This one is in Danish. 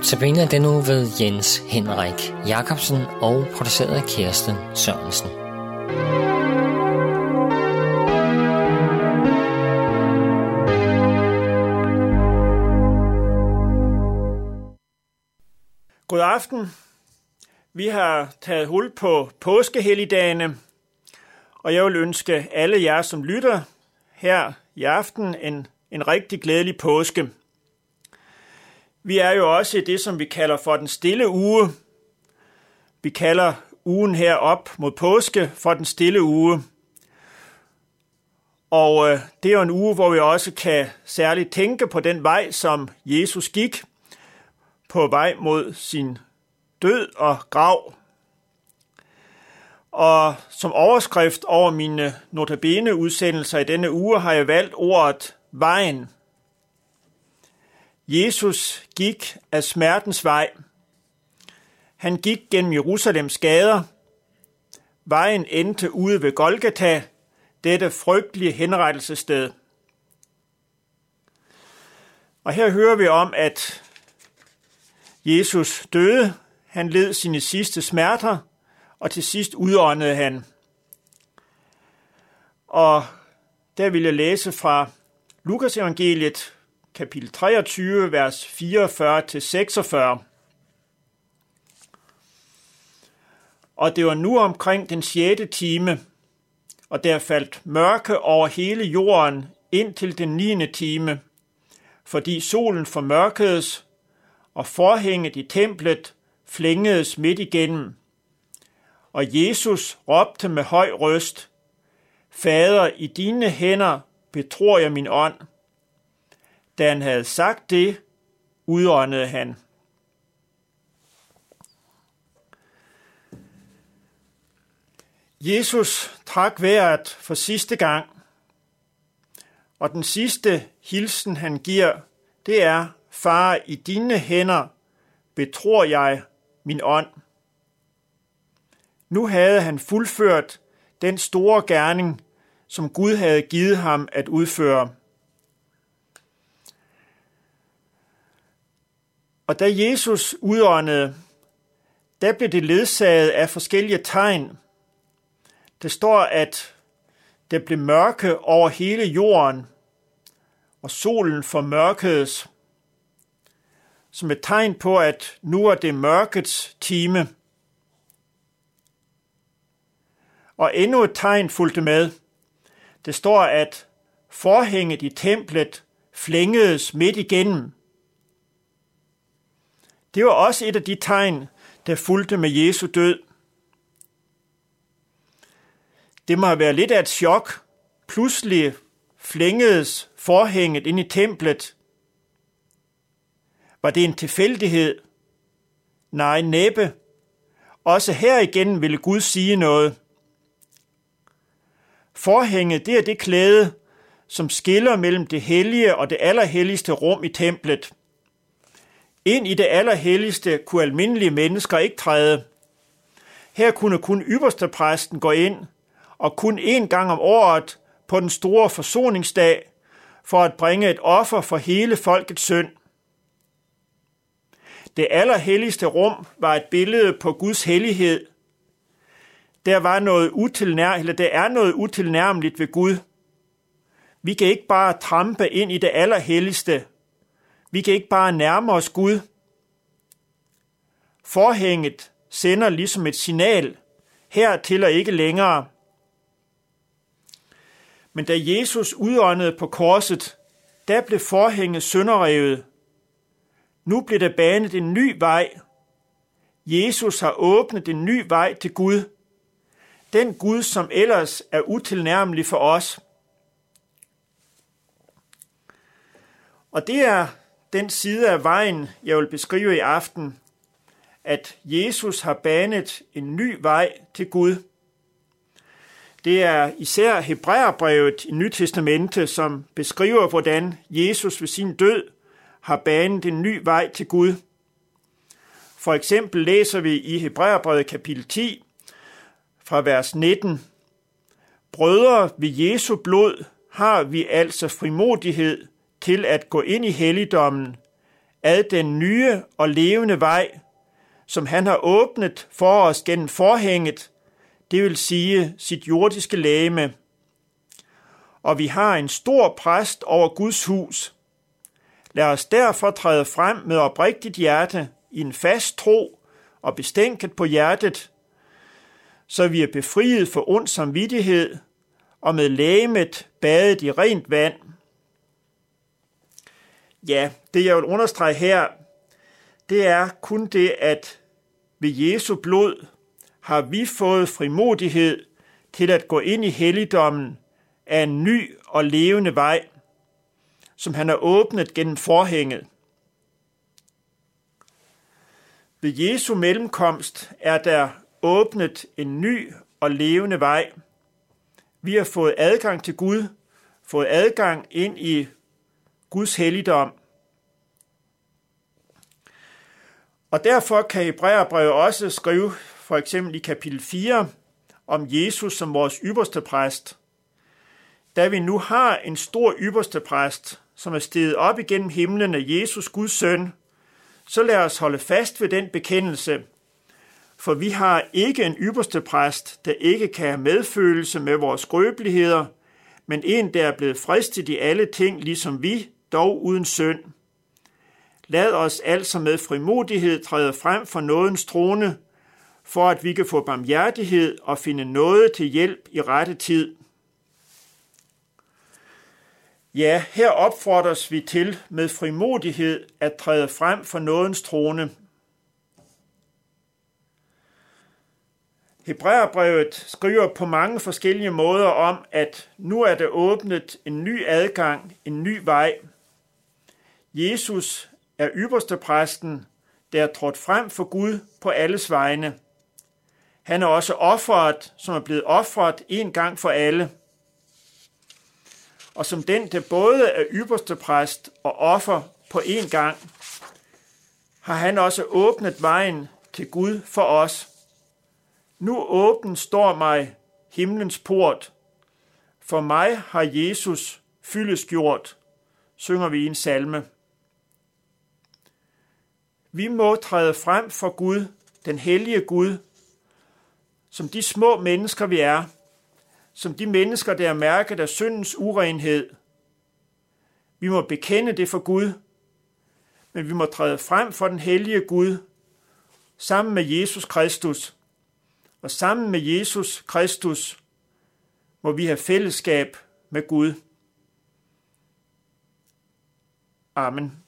Sabina den nu ved Jens Henrik Jacobsen og produceret af Kirsten Sørensen. God aften. Vi har taget hul på påskehelligdagene, og jeg vil ønske alle jer, som lytter her i aften, en rigtig glædelig påske. Vi er jo også i det, som vi kalder for den stille uge. Vi kalder ugen her op mod påske for den stille uge. Og det er jo en uge, hvor vi også kan særligt tænke på den vej, som Jesus gik, på vej mod sin død og grav. Og som overskrift over mine notabene-udsendelser i denne uge har jeg valgt ordet vejen. Jesus gik af smertens vej. Han gik gennem Jerusalems gader. Vejen endte ude ved Golgata, dette frygtelige henrettelsessted. Og her hører vi om, at Jesus døde. Han led sine sidste smerter, og til sidst udåndede han. Og der vil jeg læse fra Lukas evangeliet, kapitel 23, vers 44-46. Og det var nu omkring den 6. time, og der faldt mørke over hele jorden indtil den 9. time, fordi solen formørkedes, og forhænget i templet flængedes midt igennem. Og Jesus råbte med høj røst: Fader, i dine hænder betror jeg min ånd. Da han havde sagt det, udåndede han. Jesus trak vejret for sidste gang, og den sidste hilsen, han giver, det er: Far, i dine hænder betror jeg min ånd. Nu havde han fuldført den store gerning, som Gud havde givet ham at udføre. Og da Jesus udåndede, der blev det ledsaget af forskellige tegn. Der står, at der blev mørke over hele jorden, og solen formørkedes, som et tegn på, at nu er det mørkets time. Og endnu et tegn fulgte med. Det står, at forhænget i templet flængedes midt igennem. Det var også et af de tegn, der fulgte med Jesu død. Det må have været lidt af et chok. Pludselig flængedes forhænget ind i templet. Var det en tilfældighed? Nej, næppe. Også her igen ville Gud sige noget. Forhænget, det er det klæde, som skiller mellem det hellige og det allerhelligste rum i templet. Ind i det allerhelligste kunne almindelige mennesker ikke træde. Her kunne kun ypperstepræsten gå ind, og kun én gang om året på den store forsoningsdag, for at bringe et offer for hele folkets synd. Det allerhelligste rum var et billede på Guds hellighed. Der er noget utilnærmeligt ved Gud. Vi kan ikke bare trampe ind i det allerhelligste. Vi kan ikke bare nærme os Gud. Forhænget sender ligesom et signal: hertil og ikke længere. Men da Jesus udåndede på korset, der blev forhænget sønderrevet. Nu blev der banet en ny vej. Jesus har åbnet en ny vej til Gud. Den Gud, som ellers er utilnærmelig for os. Og det er den side af vejen, jeg vil beskrive i aften, at Jesus har banet en ny vej til Gud. Det er især Hebræerbrevet i Nyt Testamente, som beskriver, hvordan Jesus ved sin død har banet en ny vej til Gud. For eksempel læser vi i Hebræerbrevet kapitel 10, fra vers 19. Brødre, ved Jesu blod har vi altså frimodighed til at gå ind i helligdommen, ad den nye og levende vej, som han har åbnet for os gennem forhænget, det vil sige sit jordiske legeme. Og vi har en stor præst over Guds hus. Lad os derfor træde frem med oprigtigt hjerte, i en fast tro og bestænket på hjertet, så vi er befriet for ond samvittighed og med legemet badet i rent vand. Ja, det jeg vil understrege her, det er kun det, at ved Jesu blod har vi fået frimodighed til at gå ind i helligdommen af en ny og levende vej, som han har åbnet gennem forhænget. Ved Jesu mellemkomst er der åbnet en ny og levende vej. Vi har fået adgang til Gud, fået adgang ind i Guds helligdom. Og derfor kan Hebræerbrevet også skrive, for eksempel i kapitel 4, om Jesus som vores ypperste præst. Da vi nu har en stor ypperste præst, som er steget op igennem himlen af Jesus, Guds søn, så lad os holde fast ved den bekendelse. For vi har ikke en ypperste præst, der ikke kan have medfølelse med vores skrøbeligheder, men en, der er blevet fristet i alle ting, ligesom vi, dog uden synd. Lad os altså med frimodighed træde frem for nådens trone, for at vi kan få barmhjertighed og finde nåde til hjælp i rette tid. Ja, her opfordres vi til med frimodighed at træde frem for nådens trone. Hebræerbrevet skriver på mange forskellige måder om, at nu er der åbnet en ny adgang, en ny vej. Jesus er ypperste præsten, der er trådt frem for Gud på alles vegne. Han er også offeret, som er blevet offret en gang for alle. Og som den, der både er ypperste præst og offer på en gang, har han også åbnet vejen til Gud for os. Nu åben står mig himlens port. For mig har Jesus fyldestgjort, synger vi i en salme. Vi må træde frem for Gud, den hellige Gud, som de små mennesker vi er, som de mennesker, der er mærket af syndens urenhed. Vi må bekende det for Gud, men vi må træde frem for den hellige Gud, sammen med Jesus Kristus. Og sammen med Jesus Kristus må vi have fællesskab med Gud. Amen.